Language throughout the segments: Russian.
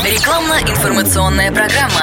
Рекламно-информационная программа.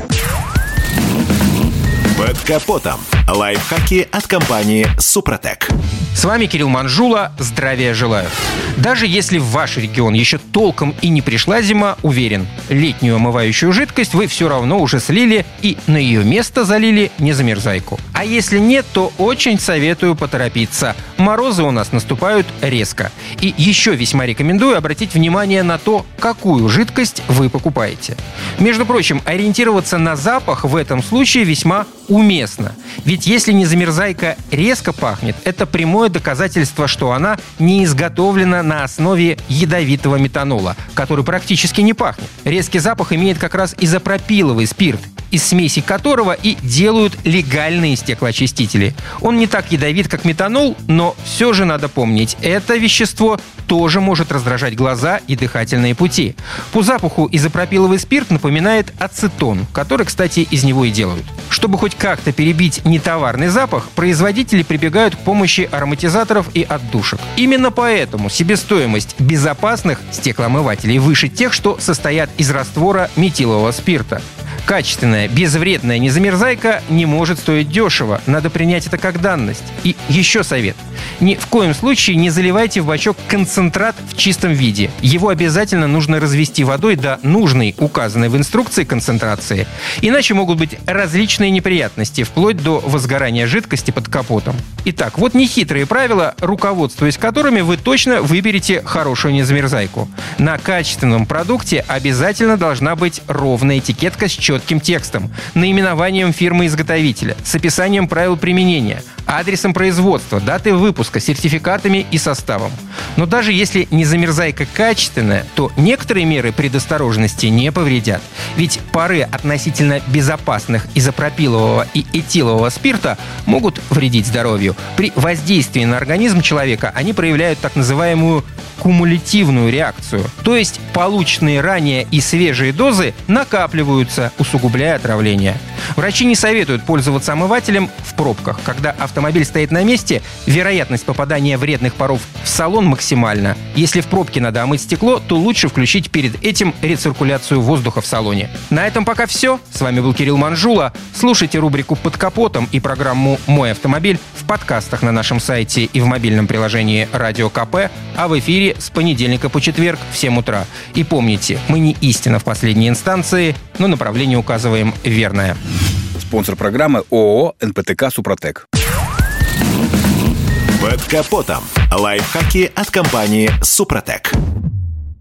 Под капотом. Лайфхаки от компании «Супротек». С вами Кирилл Манжула. Здравия желаю. Даже если в ваш регион еще толком и не пришла зима, уверен, летнюю омывающую жидкость вы все равно уже слили и на ее место залили незамерзайку. А если нет, то очень советую поторопиться. Морозы у нас наступают резко. И еще весьма рекомендую обратить внимание на то, какую жидкость вы покупаете. Между прочим, ориентироваться на запах в этом случае весьма уместно. Ведь если незамерзайка резко пахнет, это прямое доказательство, что она не изготовлена на основе ядовитого метанола, который практически не пахнет. Резкий запах имеет как раз изопропиловый спирт, из смеси которого и делают легальные стеклоочистители. Он не так ядовит, как метанол, но все же надо помнить, это вещество тоже может раздражать глаза и дыхательные пути. По запаху изопропиловый спирт напоминает ацетон, который, кстати, из него и делают. Чтобы хоть как-то перебить нетоварный запах, производители прибегают к помощи ароматизаторов и отдушек. Именно поэтому себестоимость безопасных стеклоомывателей выше тех, что состоят из раствора метилового спирта. Качественная, безвредная незамерзайка не может стоить дешево. Надо принять это как данность. И еще совет. Ни в коем случае не заливайте в бачок концентрат в чистом виде. Его обязательно нужно развести водой до нужной, указанной в инструкции концентрации. Иначе могут быть различные неприятности, вплоть до возгорания жидкости под капотом. Итак, вот нехитрые правила, руководствуясь которыми вы точно выберете хорошую незамерзайку. На качественном продукте обязательно должна быть ровная этикетка с четким текстом, наименованием фирмы-изготовителя, с описанием правил применения, адресом производства, датой выпуска, сертификатами и составом. Но даже если незамерзайка качественная, то некоторые меры предосторожности не повредят. Ведь пары относительно безопасных изопропилового и этилового спирта могут вредить здоровью. При воздействии на организм человека они проявляют так называемую кумулятивную реакцию. То есть полученные ранее и свежие дозы накапливаются, усугубляя отравление. Врачи не советуют пользоваться омывателем в пробках. Когда автомобиль стоит на месте, вероятность попадания вредных паров в салон максимальна. Если в пробке надо омыть стекло, то лучше включить перед этим рециркуляцию воздуха в салоне. На этом пока все. С вами был Кирилл Манжула. Слушайте рубрику «Под капотом» и программу «Мой автомобиль» в подкастах на нашем сайте и в мобильном приложении «Радио КП», а в эфире с понедельника по четверг в 7 утра. И помните, мы не истина в последней инстанции, но направление указываем верное. Спонсор программы ООО «НПТК Супротек». Под капотом. Лайфхаки от компании «Супротек».